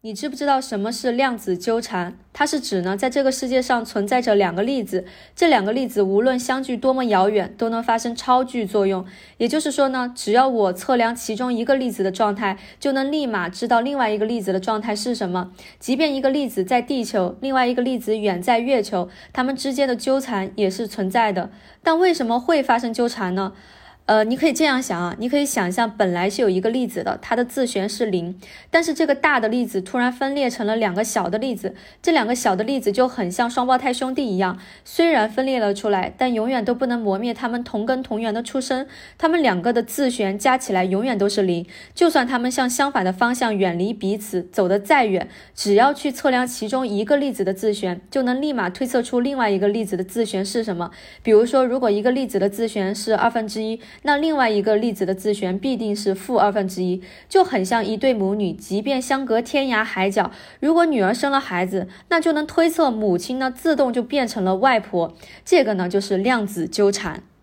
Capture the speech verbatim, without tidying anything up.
你知不知道什么是量子纠缠？它是指呢，在这个世界上存在着两个粒子，这两个粒子无论相距多么遥远，都能发生超距作用。也就是说呢，只要我测量其中一个粒子的状态，就能立马知道另外一个粒子的状态是什么。即便一个粒子在地球，另外一个粒子远在月球，它们之间的纠缠也是存在的。但为什么会发生纠缠呢？呃，你可以这样想啊，你可以想象本来是有一个粒子的，它的自旋是零，但是这个大的粒子突然分裂成了两个小的粒子，这两个小的粒子就很像双胞胎兄弟一样，虽然分裂了出来，但永远都不能磨灭它们同根同源的出生，它们两个的自旋加起来永远都是零，就算它们向相反的方向远离彼此，走得再远，只要去测量其中一个粒子的自旋，就能立马推测出另外一个粒子的自旋是什么。比如说，如果一个粒子的自旋是二分之一，那另外一个粒子的自旋必定是负二分之一，就很像一对母女，即便相隔天涯海角，如果女儿生了孩子，那就能推测母亲呢自动就变成了外婆，这个呢就是量子纠缠。